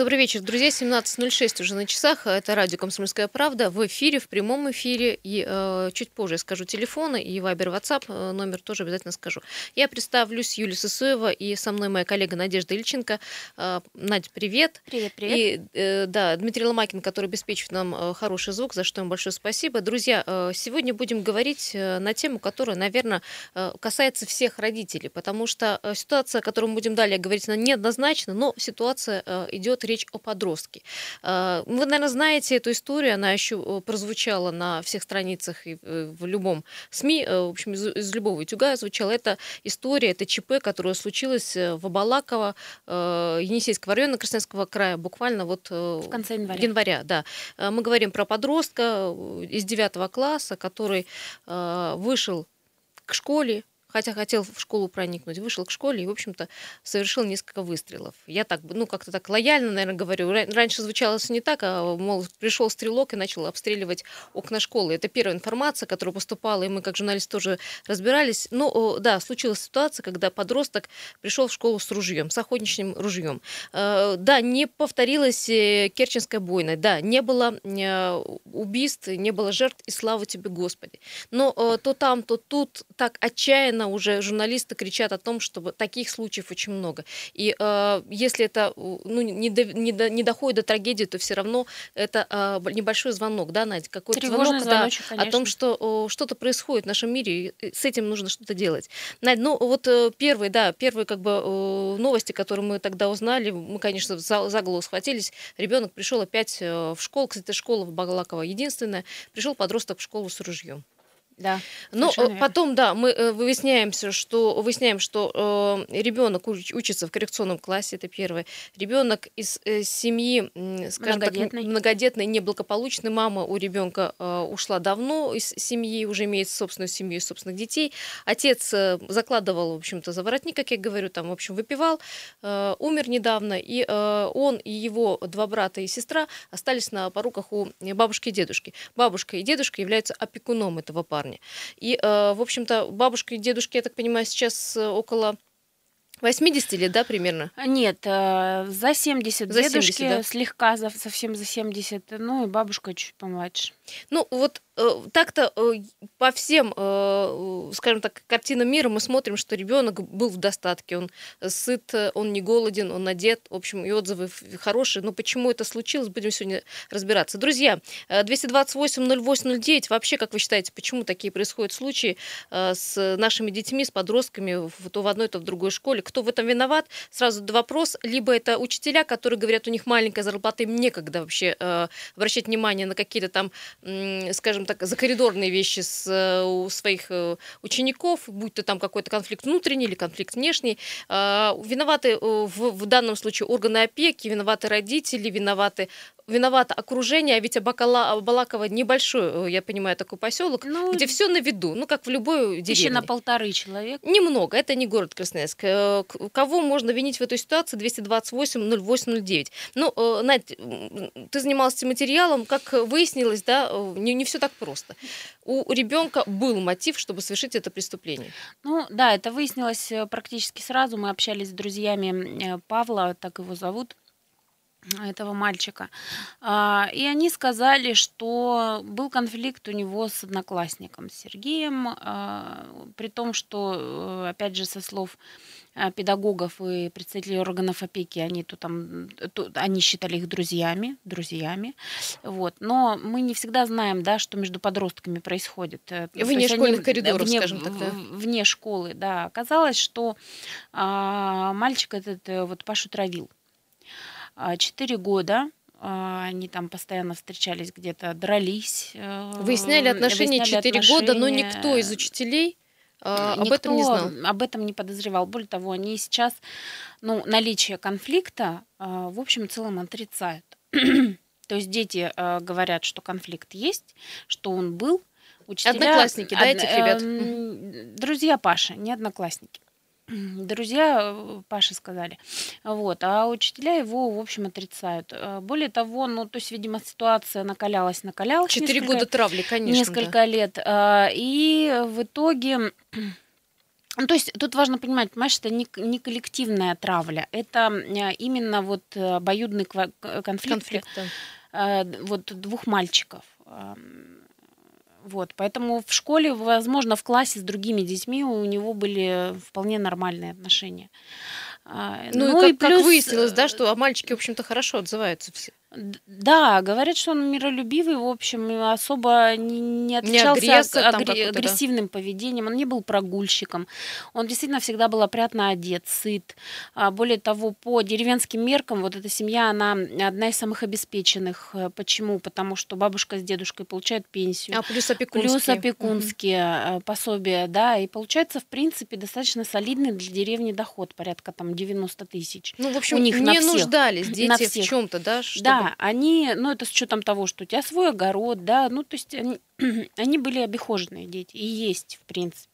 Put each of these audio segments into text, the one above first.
Добрый вечер, друзья. 17:06 уже на часах. Это радио «Комсомольская правда» в эфире, в прямом эфире. И чуть позже я скажу телефоны и Вайбер, Ватсап, номер тоже обязательно скажу. Я представлюсь, Юлия Сысоева, и со мной моя коллега Надежда Ильченко. Надь, привет. Привет, привет. И да, Дмитрий Ломакин, который обеспечивает нам хороший звук, за что ему большое спасибо. Друзья, сегодня будем говорить на тему, которая, наверное, касается всех родителей, потому что ситуация, о которой мы будем далее говорить, она неоднозначна, но ситуация идет речь о подростке. Вы, наверное, знаете эту историю, она еще прозвучала на всех страницах и в любом СМИ, в общем, из любого утюга звучала. Это история, это ЧП, которое случилось в Абалаково, Енисейского района Красноярского края, буквально вот в конце января. Да. Мы говорим про подростка из 9 класса, который вышел к школе, хотя хотел в школу проникнуть, вышел к школе и, в общем-то, совершил несколько выстрелов. Я так, как-то так лояльно, наверное, говорю. Раньше звучало все не так, а, мол, пришел стрелок и начал обстреливать окна школы. Это первая информация, которая поступала, и мы, как журналисты, тоже разбирались. Но, да, случилась ситуация, когда подросток пришел в школу с ружьем, с охотничьим ружьем. Да, не повторилась Керченская бойня, да, не было убийств, не было жертв, и слава тебе, Господи. Но то там, то тут так отчаянно уже журналисты кричат о том, что таких случаев очень много. И если это не доходит до трагедии, то все равно это небольшой звонок, да, Надя? Какой-то звонок, да, о том, что что-то происходит в нашем мире, и с этим нужно что-то делать. Надя, ну вот первые как бы новости, которые мы тогда узнали, мы, конечно, за голову схватились. Ребенок пришел опять в школу, кстати, школа в Багалаково единственная, пришел подросток в школу с ружьем. Да. Но потом, да, мы выясняем, что ребенок учится в коррекционном классе, это первое. Ребенок из семьи, скажем так, многодетной, неблагополучной. Мама у ребенка ушла давно из семьи, уже имеет собственную семью и собственных детей. Отец закладывал, в общем-то, за воротник, как я говорю, там, в общем, выпивал, умер недавно, и он и его два брата и сестра остались на поруках у бабушки и дедушки. Бабушка и дедушка являются опекуном этого парня. И, в общем-то, бабушка и дедушки, я так понимаю, сейчас около 80 лет, да, примерно? Нет, за 70 за дедушки, 70, да? слегка, совсем за 70, ну и бабушка чуть помладше. Ну, вот так-то по всем, скажем так, картинам мира мы смотрим, что ребенок был в достатке, он сыт, он не голоден, он одет, в общем, и отзывы хорошие. Но почему это случилось, будем сегодня разбираться. Друзья, 228-08-09, вообще, как вы считаете, почему такие происходят случаи с нашими детьми, с подростками, то в одной, то в другой школе? Кто в этом виноват? Сразу вопрос. Либо это учителя, которые говорят, у них маленькая зарплата, им некогда вообще обращать внимание на какие-то там, скажем так, закоридорные вещи у своих учеников, будь то там какой-то конфликт внутренний или конфликт внешний. Виноваты в данном случае органы опеки, виноваты родители, виновато окружение, а ведь Абалаково небольшой, я понимаю, такой поселок, где все на виду, как в любой деревне. 1,5 человека. Немного, это не город Красноярск. Кого можно винить в этой ситуации? 228-08-09. Ну, Надь, ты занималась этим материалом, как выяснилось, да, не все так просто. У ребенка был мотив, чтобы совершить это преступление. Ну, да, это выяснилось практически сразу. Мы общались с друзьями Павла, так его зовут, этого мальчика. И они сказали, что был конфликт у него с одноклассником, с Сергеем, при том, что, опять же, со слов педагогов и представителей органов опеки, они считали их друзьями. Вот. Но мы не всегда знаем, да, что между подростками происходит. Вне школьных коридоров, скажем так, да? Вне школы, да. Оказалось, что мальчик этот вот Пашу травил. 4 года они там постоянно встречались где-то, дрались. Выясняли отношения 4 года, но никто из учителей об этом не знал. Об этом не подозревал. Более того, они сейчас наличие конфликта в общем и целом отрицают. То есть дети говорят, что конфликт есть, что он был. Учителя, одноклассники, да, этих ребят? Друзья Паши, не одноклассники. Друзья Паши сказали. Вот. А учителя его, в общем, отрицают. Более того, то есть, видимо, ситуация накалялась. 4 года травли, конечно. Несколько лет. И в итоге Ну, то есть тут важно понимать, понимаешь, это не коллективная травля, это именно вот обоюдный конфликт Конфликт, да. вот двух мальчиков. Вот, поэтому в школе, возможно, в классе с другими детьми у него были вполне нормальные отношения. Ну и Ну и как плюс, выяснилось, да, что мальчики, в общем-то, хорошо отзываются все. Да, говорят, что он миролюбивый, в общем, и особо не Не отличался агрессор там какой-то, да. агрессивным поведением, он не был прогульщиком, он действительно всегда был опрятно одет, сыт. Более того, по деревенским меркам, вот эта семья, она одна из самых обеспеченных. Почему? Потому что бабушка с дедушкой получают пенсию, А плюс плюс опекунские. опекунские пособия, да, и получается, в принципе, достаточно солидный для деревни доход, порядка там 90 тысяч. Ну, в У общем, них на не всех, нуждались на дети в всех. чем-то, да, чтобы... Да, они, ну это с учетом того, что у тебя свой огород, да, ну то есть они были обихоженные дети, и есть, в принципе.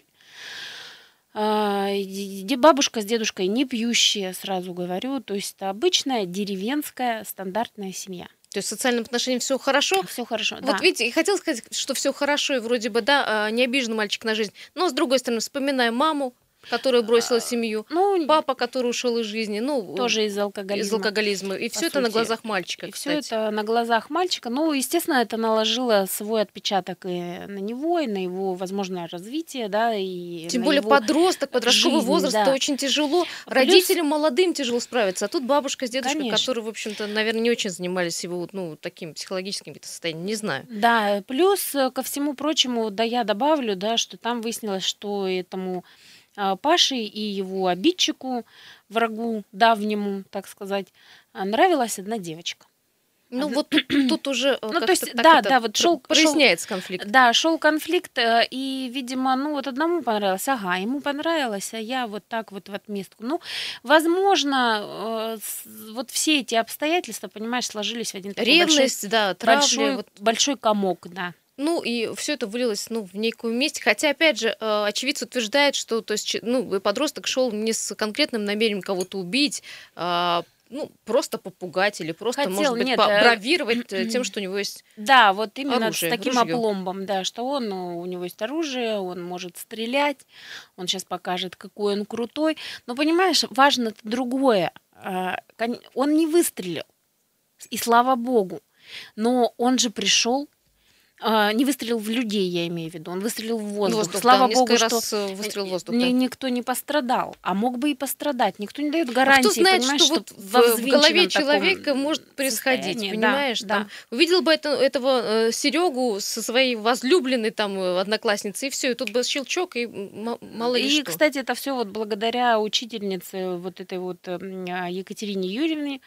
Бабушка с дедушкой не пьющие, сразу говорю, то есть это обычная деревенская стандартная семья. То есть в социальном отношении все хорошо. Все хорошо, Вот да. видите, и хотела сказать, что все хорошо, и вроде бы, да, не обижен мальчик на жизнь. Но, с другой стороны, вспоминаем маму, которая бросила семью, Ну, папа, который ушел из жизни, ну, тоже из из алкоголизма. алкоголизма. И по все это на сути. глазах мальчика, И все кстати. это на глазах мальчика. Ну, естественно, это наложило свой отпечаток и на него, и на его возможное развитие, да, и Тем на более его подросток, подростковый жизнь, возраст, это да. очень тяжело. Плюс- Родителям молодым тяжело справиться. А тут бабушка с дедушкой, Конечно. которые, в общем-то, наверное, не очень занимались его, ну, таким психологическим каким-то состоянием. Не знаю. Да, плюс ко всему прочему, да, я добавлю, да, что там выяснилось, что этому Паше и его обидчику, врагу давнему, так сказать, нравилась одна девочка. Ну, вот тут уже Ну, как-то то есть, так да, вот шел проясняется конфликт. Да, шел конфликт, и, видимо, ну вот одному понравилось, ага, ему понравилось, а я вот так вот в отместку. Ну, возможно, вот все эти обстоятельства, понимаешь, сложились в один такой Ревность, да, травля. большой комок, да. Ну, и все это вылилось, ну, в некую месть. Хотя, опять же, очевидцы утверждают, что, то есть, ну, подросток шел не с конкретным намерением кого-то убить, ну, просто попугать или просто, Хотел, может быть, нет, бравировать тем, что у него есть Да, вот именно оружие, с таким ружье. опломбом, да, что у него есть оружие, он может стрелять, он сейчас покажет, какой он крутой. Но понимаешь, важно другое. Он не выстрелил, и слава богу. Но он же пришел, не выстрелил в людей, я имею в виду, он выстрелил в воздух. Слава да, богу, несколько что раз выстрел в воздух, да. никто не пострадал, а мог бы и пострадать. Никто не дает А гарантии, кто знает, понимаешь, что вот во в голове взвинченном таком человека может происходить, состоянии. понимаешь? Да, Там, да. увидел бы этого Серегу со своей возлюбленной там одноклассницей, и все, и тут бы щелчок, и мало ли И, что. кстати, это все вот благодаря учительнице вот этой вот Екатерине Юрьевне.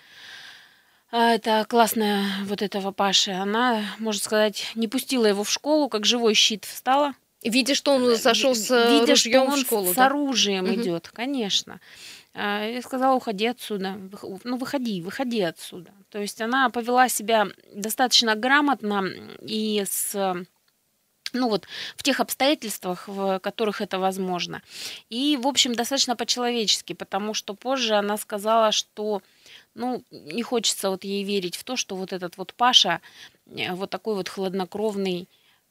Это классная вот этого Паши. Она, можно сказать, не пустила его в школу, как живой щит встала. Видя, что он зашел с Видя, что ружьем в он школу, с да? оружием Мгм. идет, конечно. Я сказала, уходи отсюда. Ну, выходи отсюда. То есть она повела себя достаточно грамотно и ну вот в тех обстоятельствах, в которых это возможно. И, в общем, достаточно по-человечески, потому что позже она сказала, что, ну, не хочется вот ей верить в то, что вот этот вот Паша вот такой вот хладнокровный,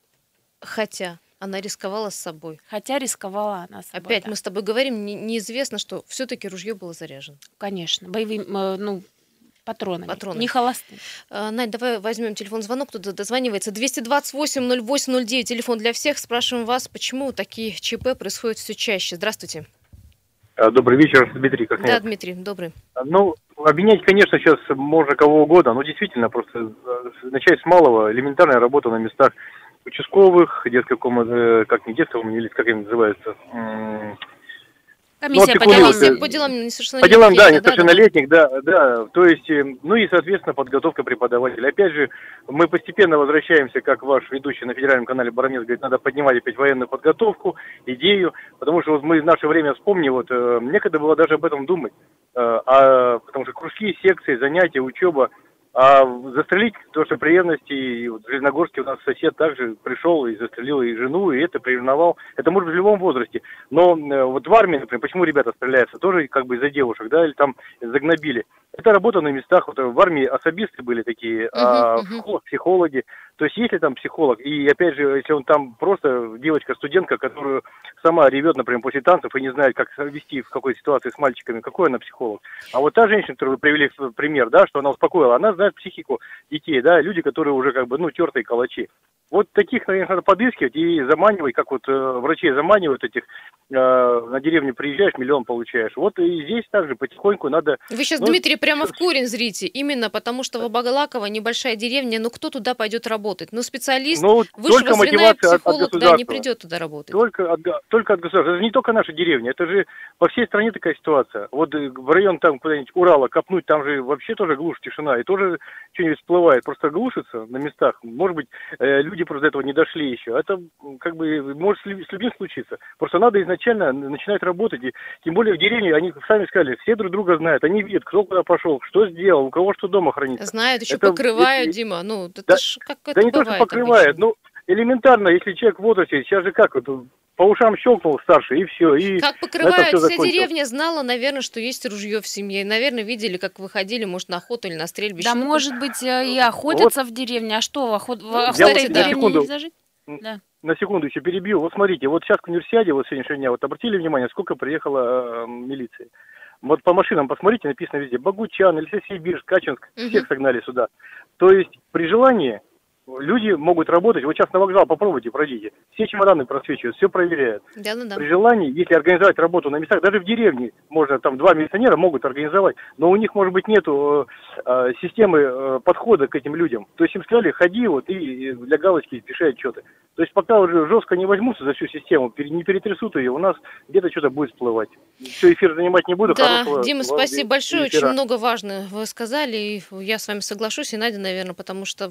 Хотя она рисковала с собой. хотя рисковала она собой. Опять да. мы с тобой говорим, неизвестно, что все-таки ружье было заряжено. Конечно, боевыми, ну, патронами, Патронами. не холостыми. Надь, давай возьмем телефон-звонок, кто-то дозванивается. 228-08-09, телефон для всех. Спрашиваем вас, почему такие ЧП происходят все чаще. Здравствуйте. Добрый вечер, Дмитрий. Как Да, Дмитрий, добрый. Ну, обвинять, конечно, сейчас можно кого угодно, но действительно, просто начать с малого, элементарная работа на местах участковых, детской комнаты, как не детского, или как они называются, Комиссия по опекуны, делам. Комиссия по делам несовершеннолетних. по делам, да, есть, несовершеннолетних, да, то есть, ну и, соответственно, подготовка преподавателей. Опять же, мы постепенно возвращаемся, как ваш ведущий на федеральном канале Баранец говорит, надо поднимать опять военную подготовку, идею, потому что вот мы в наше время вспомним, вот, некогда было даже об этом думать, потому что кружки, секции, занятия, учеба, а застрелить, то, что при ревности, и вот в Железногорске у нас сосед также пришел и застрелил и жену, и это приревновал. Это может быть в любом возрасте. Но вот в армии, например, почему ребята стреляются? Тоже как бы из-за девушек, да, или там загнобили. Это работа на местах. Вот в армии особисты были такие, психологи. То есть если там психолог, и опять же, если он там просто девочка-студентка, которую сама ревет, например, после танцев и не знает, как вести в какой ситуации с мальчиками, какой она психолог. А вот та женщина, которую вы привели в пример, да, что она успокоила, она знает психику детей, да, люди, которые уже как бы, тертые калачи. Вот таких, наверное, надо подыскивать и заманивать, как вот врачей заманивают этих, на деревню приезжаешь, миллион получаешь. Вот и здесь также потихоньку надо... Вы сейчас, Дмитрий, прямо в корень зрите. Именно потому, что Вабагалаково небольшая деревня, кто туда пойдет работать? специалист, высшего звена психолог, не придет туда работать. Только от государства. Это же не только наша деревня, это же по всей стране такая ситуация. Вот в район там куда-нибудь Урала копнуть, там же вообще тоже глушь, тишина, и тоже что-нибудь всплывает, просто глушится на местах. Может быть, люди просто до этого не дошли еще. Это как бы может с любым случиться. Просто надо изначально начинать работать. И тем более в деревне, они сами сказали, все друг друга знают. Они видят, кто куда пошел, что сделал, у кого что дома хранится. Знают, еще покрывают, Дима. Это ж как это бывает. Да не то, что покрывают. Элементарно, если человек в возрасте, сейчас же как, по ушам щелкнул старший, и все. И как покрывают, вся деревня знала, наверное, что есть ружье в семье. Наверное, видели, как выходили, может, на охоту или на стрельбище. Да, может быть, и охотятся в деревне. А что, в охоте в деревне нельзя жить? Да. На секунду еще перебью. Вот смотрите, вот сейчас к универсиаде, вот сегодняшнего дня, вот обратили внимание, сколько приехало милиции. Вот по машинам посмотрите, написано везде, Богучан, Лесосибирск, Качинск, всех согнали сюда. То есть при желании люди могут работать. Вот сейчас на вокзал попробуйте, пройдите. Все чемоданы просвечивают, все проверяют. Да. При желании, если организовать работу на местах, даже в деревне, можно, там 2 милиционера могут организовать, но у них, может быть, нету системы подхода к этим людям. То есть им сказали, ходи вот и для галочки пиши отчеты. То есть пока уже жестко не возьмутся за всю систему, не перетрясут ее, у нас где-то что-то будет всплывать. Все, эфир занимать не буду. Да, Дима, спасибо большое. Очень много важного вы сказали, и я с вами соглашусь, и Надя, наверное, потому что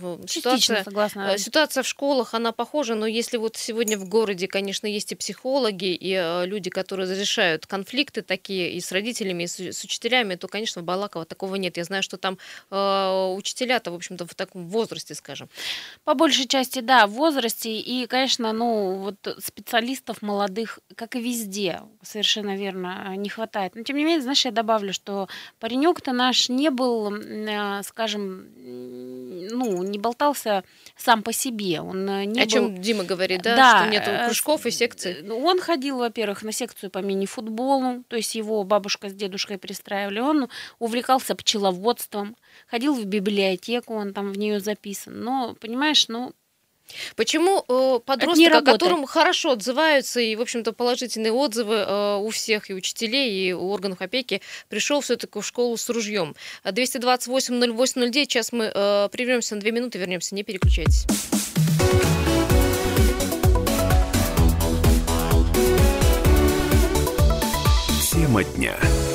ситуация в школах, она похожа, но если вот сегодня в городе, конечно, есть и психологи, и люди, которые разрешают конфликты такие и с родителями, и с учителями, то, конечно, в Балаково такого нет. Я знаю, что там учителя-то, в общем-то, в таком возрасте, скажем. По большей части, да, в возрасте, и, конечно, специалистов молодых, как и везде, совершенно верно, не хватает. Но, тем не менее, знаешь, я добавлю, что паренек-то наш не был, скажем, не болтался сам по себе. Он не был... чем Дима говорит, да, что нету кружков и секций. Он ходил, во-первых, на секцию по мини-футболу, то есть его бабушка с дедушкой пристраивали. Он увлекался пчеловодством, ходил в библиотеку, он там в нее записан. Но, понимаешь, почему подросток, о котором хорошо отзываются, и, в общем-то, положительные отзывы у всех, и учителей, и у органов опеки, пришел все-таки в школу с ружьем? 228-08-09, сейчас мы прервемся на 2 минуты, вернемся, не переключайтесь. Тема дня.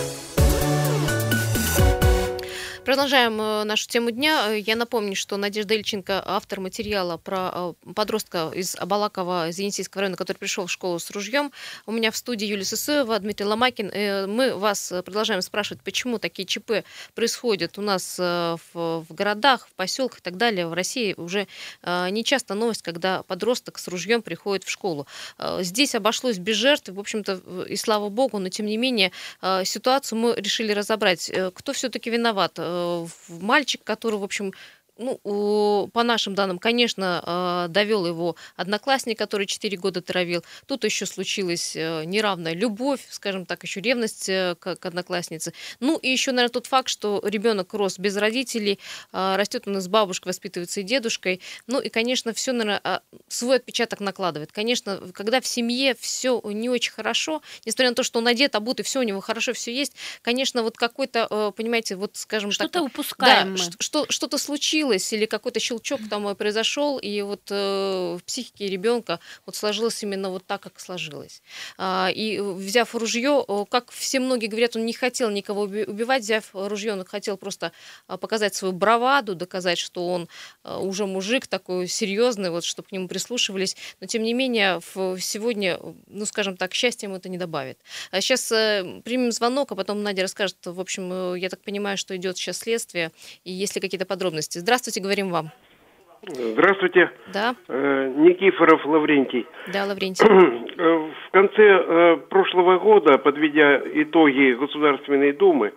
Продолжаем нашу тему дня. Я напомню, что Надежда Ильченко, автор материала про подростка из Абалакова, из Енисейского района, который пришел в школу с ружьем. У меня в студии Юлия Сысоева, Дмитрий Ломакин. Мы вас продолжаем спрашивать, почему такие ЧП происходят у нас в городах, в поселках и так далее. В России уже не часто новость, когда подросток с ружьем приходит в школу. Здесь обошлось без жертв, в общем-то, и слава богу, но тем не менее ситуацию мы решили разобрать. Кто все-таки виноват? Мальчик, который, в общем, по нашим данным, конечно, довел его одноклассник, который 4 года травил. Тут еще случилась неравная любовь, скажем так, еще ревность к однокласснице. И еще, наверное, тот факт, что ребенок рос без родителей, растет он с бабушкой, воспитывается и дедушкой. И, конечно, все, наверное, свой отпечаток накладывает. Конечно, когда в семье все не очень хорошо, несмотря на то, что он одет, обут, и все у него хорошо, все есть, конечно, вот какой-то, понимаете, вот, скажем так... Что-то упускаем мы. Что-то случилось, или какой-то щелчок там произошел, и вот в психике ребенка вот сложилось именно вот так, как сложилось. И взяв ружье, как все многие говорят, он не хотел никого убивать, взяв ружье, он хотел просто показать свою браваду, доказать, что он уже мужик такой серьезный, вот, чтобы к нему прислушивались. Но тем не менее, сегодня, скажем так, счастья ему это не добавит. Сейчас примем звонок, а потом Надя расскажет. В общем, я так понимаю, что идет сейчас следствие, и есть ли какие-то подробности. Здравствуйте, говорим вам. Здравствуйте. Да. Никифоров Лаврентий. Да, Лаврентий. В конце прошлого года, подведя итоги Государственной Думы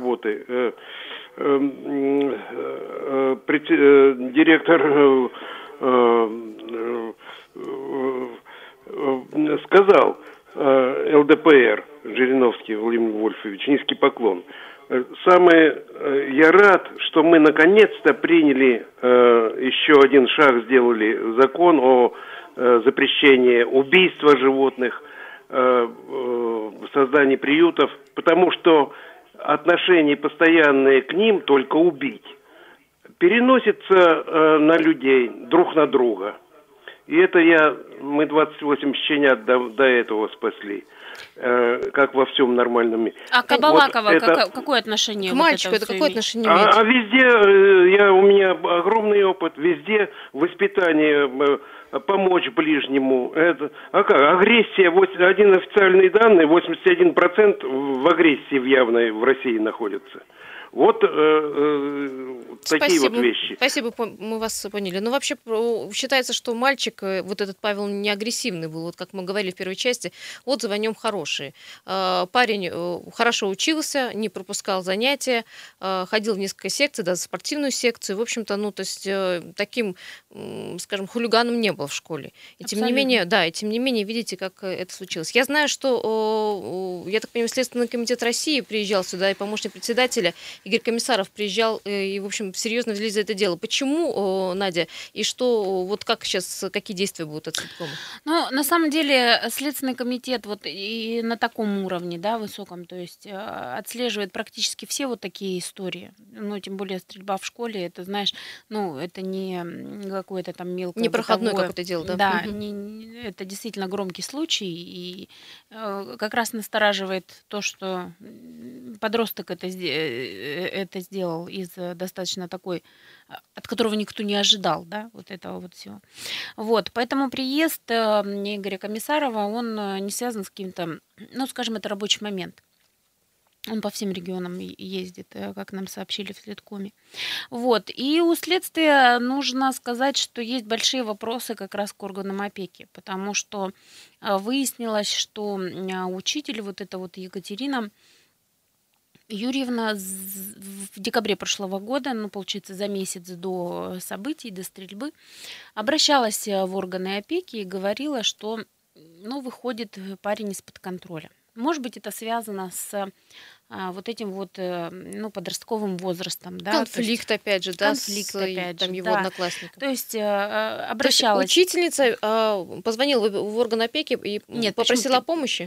работы, директор сказал ЛДПР Жириновский Владимир Вольфович, низкий поклон. Я рад, что мы наконец-то приняли, еще один шаг сделали, закон о запрещении убийства животных, создании приютов, потому что отношения постоянные к ним только убить. Переносится на людей, друг на друга. И это мы 28 щенят до этого спасли, как во всем нормальном мире. А к Абалаково это... какое отношение? К мальчику это какое отношение имеет? Везде, у меня огромный опыт, везде воспитание, помочь ближнему. Агрессия, один официальный данный, 81% в агрессии в явной в России находится. Вот такие вот вещи. Спасибо, мы вас поняли. Но вообще считается, что мальчик, вот этот Павел, не агрессивный был. Вот как мы говорили в первой части, отзывы о нем хорошие. Парень хорошо учился, не пропускал занятия, ходил в несколько секций, даже в спортивную секцию. В общем-то, таким, скажем, хулиганом не был в школе. И тем не менее, видите, как это случилось. Я знаю, что, я так понимаю, Следственный комитет России приезжал сюда, и помощник председателя Игорь Комиссаров приезжал и, в общем, серьезно взялись за это дело. Почему, Надя, и что, вот как сейчас, какие действия будут от Следкома? Ну, на самом деле, Следственный комитет вот и на таком уровне, да, высоком, то есть отслеживает практически все вот такие истории. Ну, тем более стрельба в школе, это, знаешь, это не какое-то там мелкое непроходное бытовое. какое-то дело, да? Да, это действительно громкий случай, и как раз настораживает то, что подросток это сделал из достаточно такой, от которого никто не ожидал, да, вот этого вот всего. Вот, поэтому приезд Игоря Комиссарова, он не связан с каким-то, скажем, это рабочий момент. Он по всем регионам ездит, как нам сообщили в Следкоме. Вот. И у следствия нужно сказать, что есть большие вопросы как раз к органам опеки, потому что выяснилось, что учитель, вот эта вот Екатерина Юрьевна, в декабре прошлого года, получается, за месяц до событий, до стрельбы, обращалась в органы опеки и говорила, что, выходит парень из-под контроля. Может быть, это связано с вот этим вот, подростковым возрастом. Да? Конфликт, опять же, да, конфликт, опять же, его одноклассником. То есть обращалась... То есть учительница позвонила в орган опеки и попросила о помощи?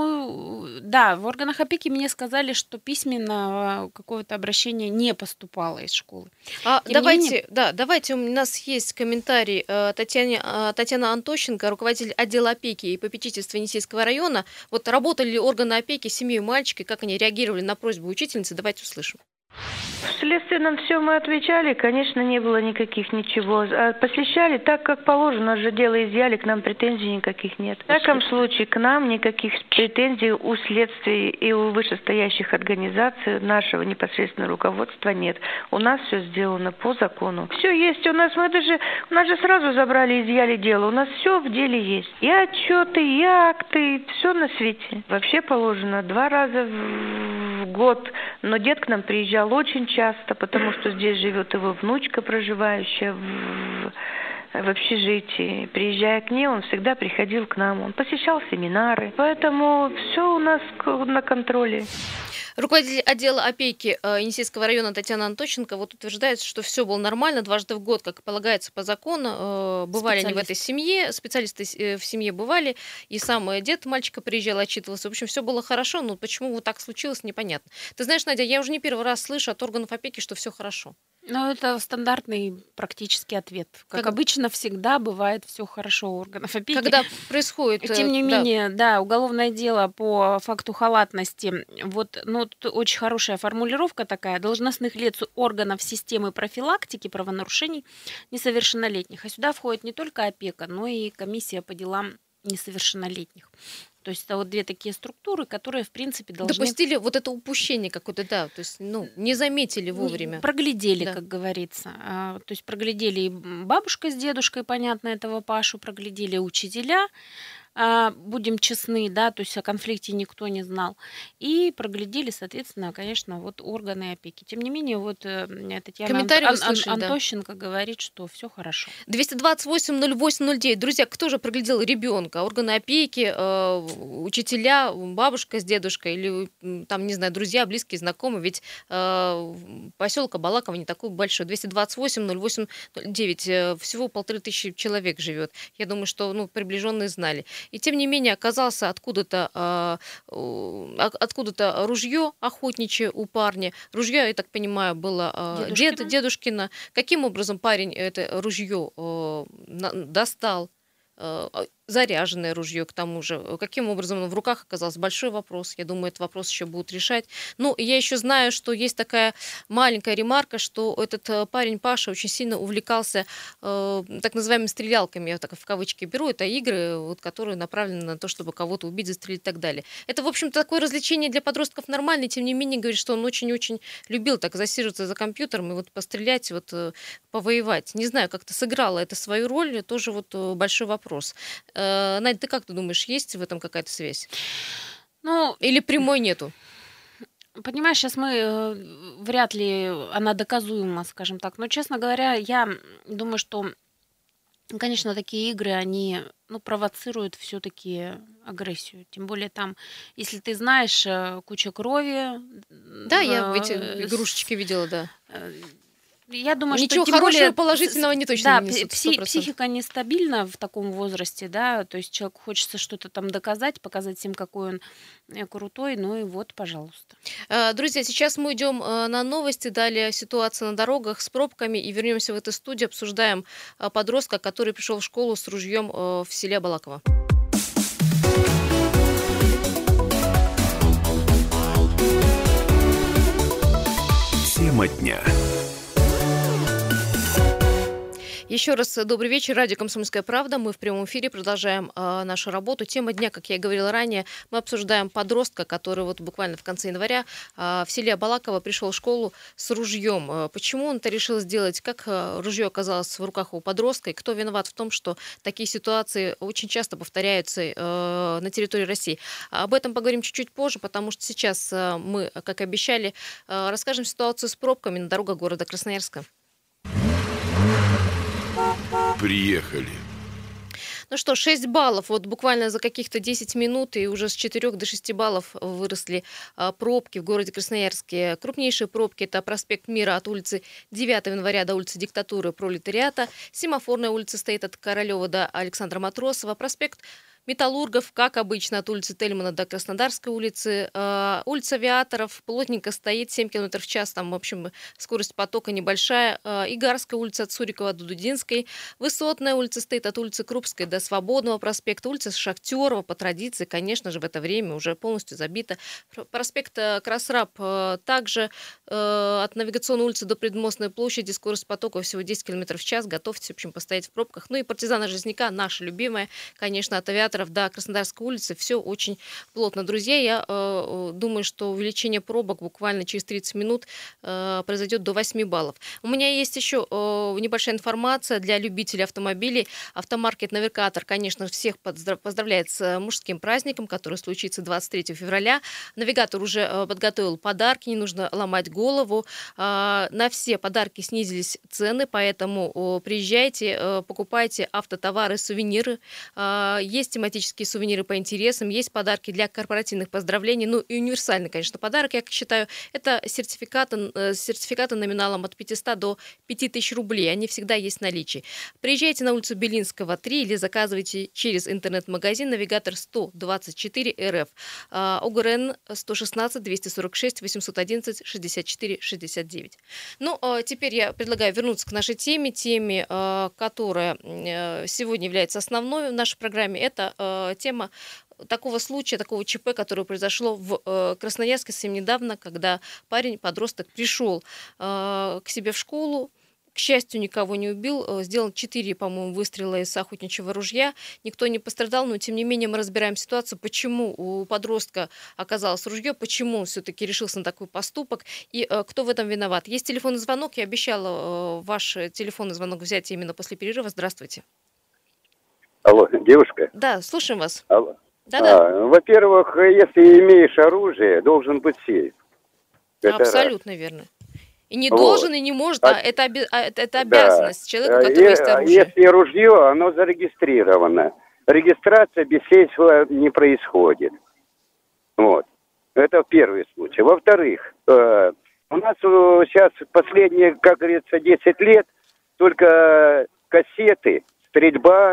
Да, в органах опеки мне сказали, что письменно какого-то обращения не поступало из школы. Давайте, у нас есть комментарий Татьяна Антощенко, руководитель отдела опеки и попечительства Енисейского района. Вот работали ли органы опеки с семьей мальчика, как они реагировали на просьбу учительницы? Давайте услышим. В следственном все мы отвечали, конечно, не было ничего. Посещали так, как положено, же дело изъяли, к нам претензий никаких нет. В таком случае к нам никаких претензий у следствия и у вышестоящих организаций нашего непосредственного руководства нет. У нас все сделано по закону. Все есть у нас, у нас же сразу забрали, изъяли дело. У нас все в деле есть. И отчеты, и акты, все на свете. Вообще положено 2 раза в год, но дед к нам приезжал очень часто, потому что здесь живет его внучка, проживающая в общежитии. Приезжая к ней, он всегда приходил к нам, он посещал семинары. Поэтому все у нас на контроле. Руководитель отдела опеки Енисейского района Татьяна Антощенко утверждает, что все было нормально, 2 раза в год, как полагается по закону. Бывали они в этой семье, специалисты в семье бывали, и сам дед мальчика приезжал, отчитывался. В общем, все было хорошо, но почему вот так случилось, непонятно. Ты знаешь, Надя, я уже не первый раз слышу от органов опеки, что все хорошо. Это стандартный практический ответ. Как обычно, всегда бывает все хорошо у органов опеки. Когда происходит... Тем не менее, уголовное дело по факту халатности. Тут очень хорошая формулировка такая. Должностных лиц органов системы профилактики правонарушений несовершеннолетних. А сюда входит не только опека, но и комиссия по делам несовершеннолетних. То есть это 2 такие структуры, которые, в принципе, должны... Допустили это упущение какое-то, да, то есть, не заметили вовремя. Проглядели, как говорится. То есть проглядели и бабушка с дедушкой, понятно, этого Пашу, проглядели учителя, будем честны, да, то есть о конфликте никто не знал. И проглядели, соответственно, конечно, вот органы опеки. Тем не менее, вот Татьяна Комментарий вы слышали, да. Антощенко говорит, что все хорошо. 228-08-09. Друзья, кто же проглядел ребенка? Органы опеки, учителя, бабушка с дедушкой или там, не знаю, друзья, близкие, знакомые? Ведь поселок Абалаково не такой большой. 228-08-09. Всего 1500 человек живет. Я думаю, что приближенные знали. И тем не менее оказался откуда-то ружье охотничье у парня. Ружье, я так понимаю, было дедушкина. Каким образом парень это ружье достал? Заряженное ружье, к тому же. Каким образом оно в руках оказалось? Большой вопрос. Я думаю, этот вопрос еще будут решать. Ну, я еще знаю, что есть такая маленькая ремарка, что этот парень Паша очень сильно увлекался так называемыми стрелялками, я так в кавычки беру. Это игры, которые направлены на то, чтобы кого-то убить, застрелить и так далее. Это, в общем-то, такое развлечение для подростков нормальное, тем не менее, говорит, что он очень-очень любил так засиживаться за компьютером и пострелять, повоевать. Не знаю, как-то сыграло это свою роль, тоже большой вопрос. Надя, ты как ты думаешь, есть в этом какая-то связь? Или прямой нету? Понимаешь, сейчас мы вряд ли она доказуема, скажем так. Но, честно говоря, я думаю, что, конечно, такие игры, они провоцируют все-таки агрессию. Тем более там, если ты знаешь, куча крови. Да, я эти игрушечки видела, да. Я думаю, ничего что хорошего, положительного они точно не несут. Психика нестабильна в таком возрасте, да, то есть человеку хочется что-то там доказать, показать всем, какой он крутой, и вот, пожалуйста. Друзья, сейчас мы идем на новости, далее ситуация на дорогах с пробками, и вернемся в эту студию, обсуждаем подростка, который пришел в школу с ружьем в селе Абалаково. Тема дня. Еще раз добрый вечер. Радио «Комсомольская правда». Мы в прямом эфире продолжаем нашу работу. Тема дня, как я и говорила ранее, мы обсуждаем подростка, который буквально в конце января в селе Абалаково пришел в школу с ружьем. Почему он это решил сделать? Как ружье оказалось в руках у подростка? И кто виноват в том, что такие ситуации очень часто повторяются на территории России? Об этом поговорим чуть-чуть позже, потому что сейчас мы, как и обещали, расскажем ситуацию с пробками на дорогах города Красноярска. Приехали. 6 баллов. Буквально за каких-то 10 минут и уже с 4 до 6 баллов выросли пробки в городе Красноярске. Крупнейшие пробки – это проспект Мира от улицы 9 января до улицы Диктатуры Пролетариата. Семафорная улица стоит от Королева до Александра Матросова. Проспект Металлургов, как обычно, от улицы Тельмана до Краснодарской улицы. Улица Авиаторов плотненько стоит, 7 км в час. Там, в общем, скорость потока небольшая. Игарская улица от Сурикова до Дудинской. Высотная улица стоит от улицы Крупской до Свободного проспекта. Улица Шахтерова, по традиции, конечно же, в это время уже полностью забита. Проспект Красраб также от Навигационной улицы до Предмостной площади. Скорость потока всего 10 км в час. Готовьтесь, в общем, постоять в пробках. И Партизана Жизняка, наша любимая, конечно, от Авиаторов до Краснодарской улицы. Все очень плотно. Друзья, я думаю, что увеличение пробок буквально через 30 минут произойдет до 8 баллов. У меня есть еще небольшая информация для любителей автомобилей. Автомаркет «Навигатор», конечно, всех поздравляет с мужским праздником, который случится 23 февраля. «Навигатор» уже подготовил подарки, не нужно ломать голову. На все подарки снизились цены, поэтому приезжайте, покупайте автотовары, сувениры. Есть тематические сувениры по интересам, есть подарки для корпоративных поздравлений. И универсальный, конечно, подарок, я считаю, это сертификаты номиналом от 500 до 5000 рублей. Они всегда есть в наличии. Приезжайте на улицу Белинского, 3 или заказывайте через интернет-магазин «Навигатор 124 РФ». ОГРН 116 246 811 64 69. Теперь я предлагаю вернуться к нашей теме, которая сегодня является основной в нашей программе. Это тема такого случая, такого ЧП, которое произошло в Красноярске совсем недавно, когда подросток пришел к себе в школу. К счастью, никого не убил. Сделал 4, по-моему, выстрела из охотничьего ружья. Никто не пострадал, но тем не менее мы разбираем ситуацию, почему у подростка оказалось ружье, почему он все-таки решился на такой поступок и кто в этом виноват. Есть телефонный звонок. Я обещала ваш телефонный звонок взять именно после перерыва. Здравствуйте. Алло, девушка? Да, слушаем вас. Алло. Да-да. Во-первых, если имеешь оружие, должен быть сейф. Это абсолютно раз. верно. И не Вот. должен, и не может, это Да. обязанность человека, у которого есть оружие. Если ружье, оно зарегистрировано. Регистрация без сейфа не происходит. Вот. Это первый случай. Во-вторых, у нас сейчас последние, как говорится, 10 лет только кассеты, стрельба.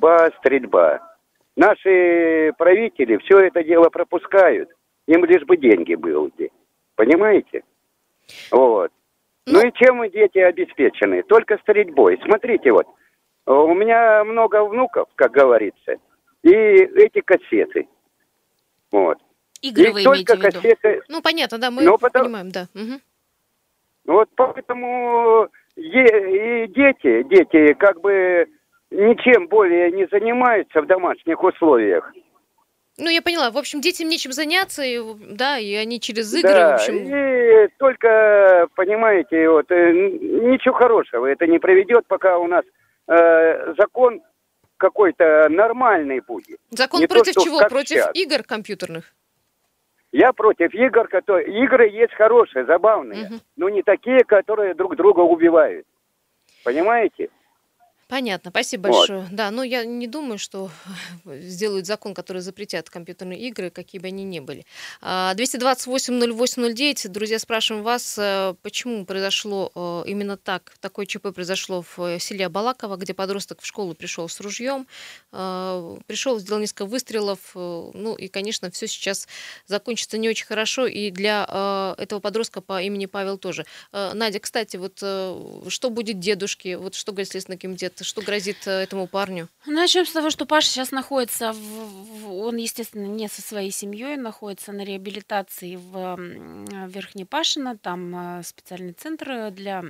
Наши правители все это дело пропускают. Им лишь бы деньги были. Понимаете? Вот. Ну и чем дети обеспечены? Только стрельбой. Смотрите, вот. У меня много внуков, как говорится. И эти кассеты. Вот. Игры и вы только имеете в виду? кассеты. Ну, понятно, да, мы понимаем, да. Угу. Вот поэтому и дети как бы ничем более не занимаются в домашних условиях. Ну, я поняла. В общем, детям нечем заняться, и они через игры, Да, в общем... и только, понимаете, вот, ничего хорошего это не приведет, пока у нас закон какой-то нормальный будет. Закон не против то, чего? Против сейчас. игр компьютерных? Я против игр, игры есть хорошие, забавные, но не такие, которые друг друга убивают. Понимаете? Понятно, спасибо большое. Да, но я не думаю, что сделают закон, который запретят компьютерные игры, какие бы они ни были. 228-08-09. Друзья, спрашиваем вас, почему произошло именно так, такое ЧП произошло в селе Абалаково, где подросток в школу пришел с ружьем, пришел, сделал несколько выстрелов, ну и, конечно, все сейчас закончится не очень хорошо, и для этого подростка по имени Павел тоже. Надя, кстати, вот что будет дедушке, вот что говорит Следственный комитет, что грозит этому парню? Начнем с того, что Паша сейчас находится, он, естественно, не со своей семьей, находится на реабилитации в Верхнепашино, там специальный центр для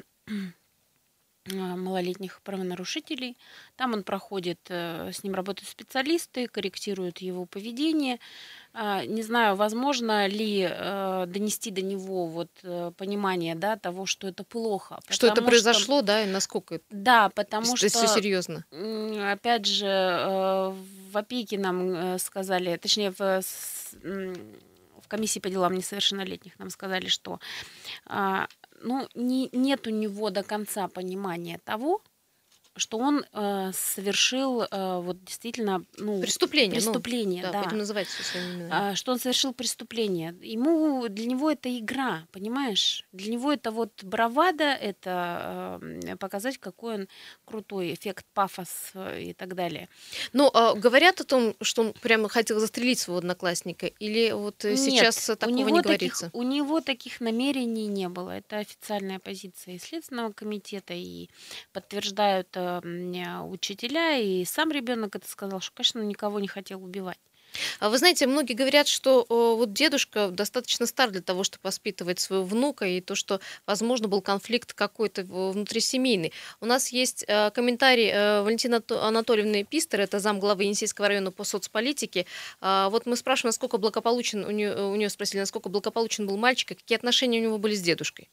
малолетних правонарушителей. Там он проходит, с ним работают специалисты, корректируют его поведение. Не знаю, возможно ли донести до него вот понимание, да, того, что это плохо. Что это произошло, да, и насколько да, потому это что все серьезно. Опять же, в опеке нам сказали, точнее, в комиссии по делам несовершеннолетних нам сказали, что нет у него до конца понимания того, что он совершил вот действительно преступление, да. Будем называть все своими именами. Что он совершил преступление. Для него это игра, понимаешь? Для него это вот бравада, это показать, какой он крутой, эффект, пафос и так далее. Но говорят о том, что он прямо хотел застрелить своего одноклассника, или вот сейчас такого не говорится? У него таких намерений не было. Это официальная позиция и Следственного комитета, и подтверждают учителя, и сам ребенок это сказал, что, конечно, никого не хотел убивать. Вы знаете, многие говорят, что вот дедушка достаточно стар для того, чтобы воспитывать своего внука, и то, что, возможно, был конфликт какой-то внутрисемейный. У нас есть комментарий Валентины Анатольевны Пистер, это замглавы Енисейского района по соцполитике. Вот мы спрашиваем, насколько благополучен, у нее спросили, насколько благополучен был мальчик, и какие отношения у него были с дедушкой.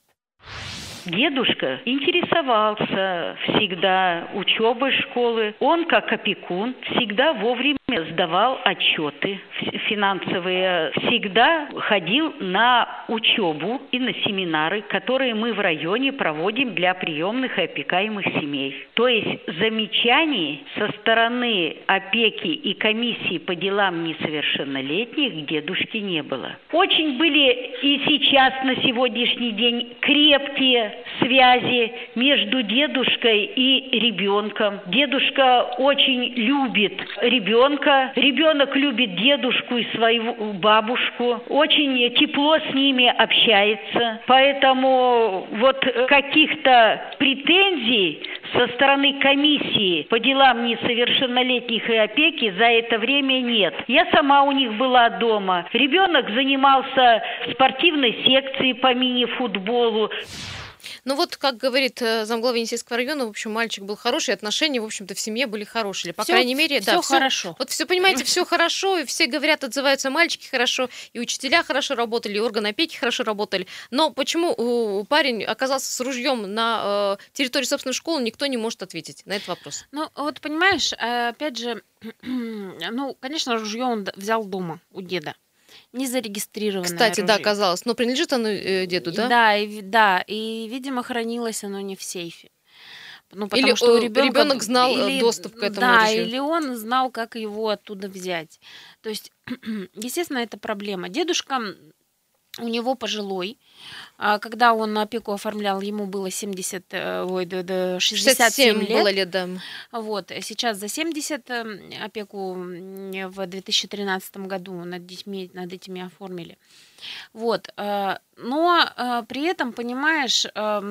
Дедушка интересовался всегда учебой школы. Он, как опекун, всегда вовремя сдавал отчеты финансовые, всегда ходил на учебу и на семинары, которые мы в районе проводим для приемных и опекаемых семей. То есть замечаний со стороны опеки и комиссии по делам несовершеннолетних к дедушке не было. Очень были и сейчас на сегодняшний день крепкие связи между дедушкой и ребенком. Дедушка очень любит ребенка, ребенок любит дедушку и свою бабушку, очень тепло с ними общается. Поэтому вот каких-то претензий со стороны комиссии по делам несовершеннолетних и опеки за это время нет. Я сама у них была дома. Ребенок занимался в спортивной секции по мини-футболу. Ну вот, как говорит замглавы Енисейского района, в общем, мальчик был хороший, отношения, в общем-то, в семье были хорошие. Или, по крайней мере, всё да, хорошо. Вот все, понимаете, все хорошо, и все говорят, отзываются, мальчики хорошо, и учителя хорошо работали, и органы опеки хорошо работали. Но почему парень оказался с ружьем на территории собственной школы, никто не может ответить на этот вопрос. Ну, вот понимаешь, опять же, ну, конечно, ружье он взял дома у деда. Незарегистрированное Кстати, да, ружье. оказалось. Но принадлежит оно деду, да? Да, и, видимо, хранилось оно не в сейфе. Ну, потому Или что у ребенка ребенок знал доступ к этому Да, ружью. или он знал, как его оттуда взять. То есть, естественно, это проблема. Дедушка у него пожилой. Когда он опеку оформлял, ему было 67 67 лет. было лет, да. Вот. Сейчас за 70 опеку в 2013 году над этими оформили. Вот. Но при этом, понимаешь,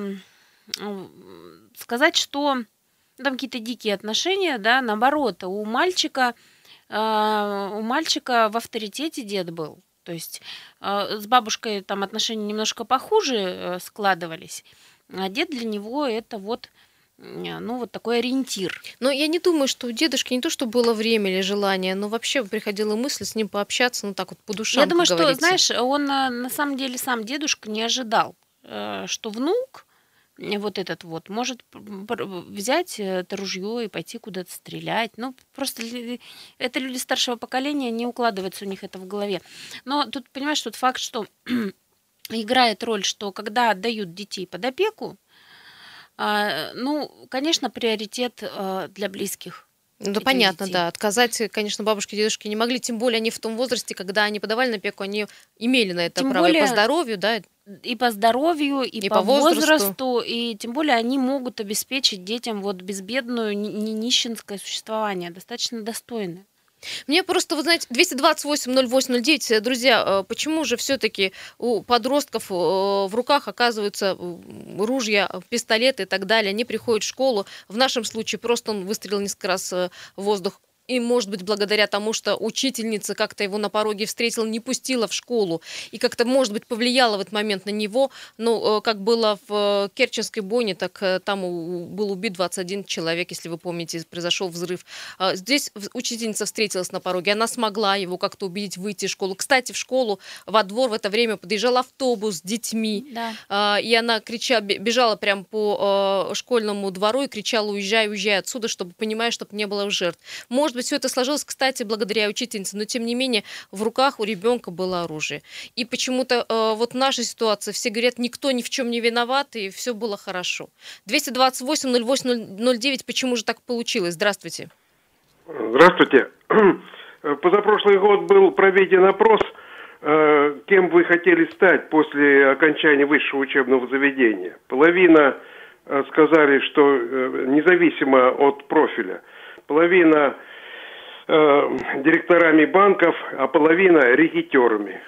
сказать, что там какие-то дикие отношения, да, наоборот, у мальчика в авторитете дед был. То есть с бабушкой там отношения немножко похуже складывались, а дед для него это вот, ну, вот такой ориентир. Но я не думаю, что у дедушки не то, что было время или желание, но вообще приходила мысль с ним пообщаться, ну так вот по душам, Я думаю, как что, говорится. знаешь, он на самом деле сам дедушка не ожидал, что внук вот этот вот может взять это ружье и пойти куда-то стрелять. Ну, просто это люди старшего поколения, не укладывается у них это в голове. Но тут, понимаешь, тут факт, что играет роль, что когда отдают детей под опеку, ну, конечно, приоритет для близких. Ну, понятно, детей. Да. Отказать, конечно, бабушки и дедушки не могли, тем более они в том возрасте, когда они подавали на опеку, они имели на это право и по здоровью, да. И по здоровью, и по возрасту, и тем более они могут обеспечить детям вот безбедную, не нищенское существование, достаточно достойное. Мне просто, вы знаете, 228-08-09, друзья, почему же все-таки у подростков в руках оказываются ружья, пистолеты и так далее, они приходят в школу, в нашем случае просто он выстрелил несколько раз в воздух, и, может быть, благодаря тому, что учительница как-то его на пороге встретила, не пустила в школу, и как-то, может быть, повлияла в этот момент на него. Ну, как было в Керченской бойне, так там был убит 21 человек, если вы помните, произошел взрыв. Здесь учительница встретилась на пороге, она смогла его как-то убедить выйти из школы. Кстати, в школу, во двор в это время подъезжал автобус с детьми, да. И она бежала прямо по школьному двору и кричала: уезжай, уезжай отсюда, чтобы, понимая, чтобы не было жертв. Может быть, все это сложилось, кстати, благодаря учительнице, но тем не менее в руках у ребенка было оружие. И почему-то вот в нашей ситуации все говорят, никто ни в чем не виноват, и все было хорошо. 228-08-09, почему же так получилось? Здравствуйте. Здравствуйте. Позапрошлый год был проведен опрос, кем вы хотели стать после окончания высшего учебного заведения. Половина сказали, что независимо от профиля. Половина директорами банков, а половина рекетёрами.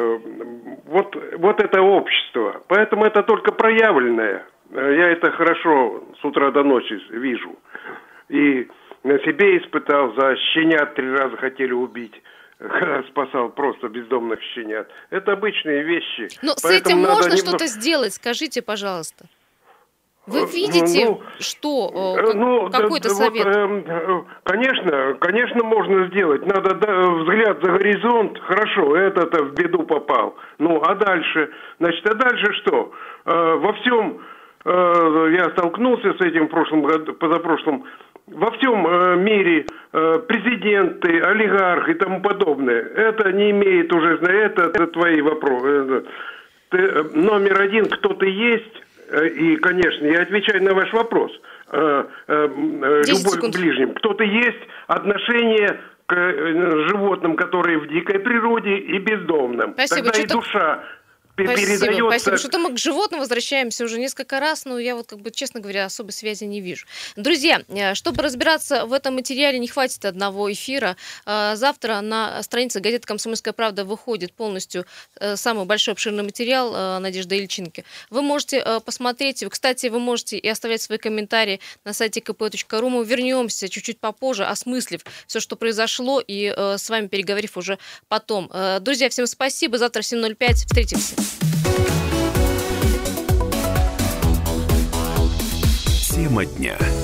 Вот это общество. Поэтому это только проявленное. Я это хорошо с утра до ночи вижу. И на себе испытал, за щенят 3 раза хотели убить. Спасал просто бездомных щенят. Это обычные вещи. Но с этим можно что-то сделать, скажите, пожалуйста. Вы видите, какой-то совет? Конечно, можно сделать. Надо взгляд за горизонт. Хорошо, этот в беду попал. Ну, а дальше? Значит, что? Во всем, я столкнулся с этим в прошлом году, позапрошлом, во всем мире президенты, олигархи и тому подобное. Это не имеет уже, это твои вопросы. Номер один, кто ты есть. И, конечно, я отвечаю на ваш вопрос. Любовь к ближним. Кто-то есть, отношение к животным, которые в дикой природе, и бездомным. Спасибо. Тогда и душа передается. Спасибо. Что-то мы к животным возвращаемся уже несколько раз, но я вот, честно говоря, особой связи не вижу. Друзья, чтобы разбираться в этом материале, не хватит одного эфира. Завтра на странице газеты «Комсомольская правда» выходит полностью самый большой обширный материал Надежды Ильченко. Вы можете посмотреть, кстати, вы можете и оставлять свои комментарии на сайте kp.ru. Мы вернемся чуть-чуть попозже, осмыслив все, что произошло, и с вами переговорив уже потом. Друзья, всем спасибо. Завтра в 7:05 встретимся. Тема дня.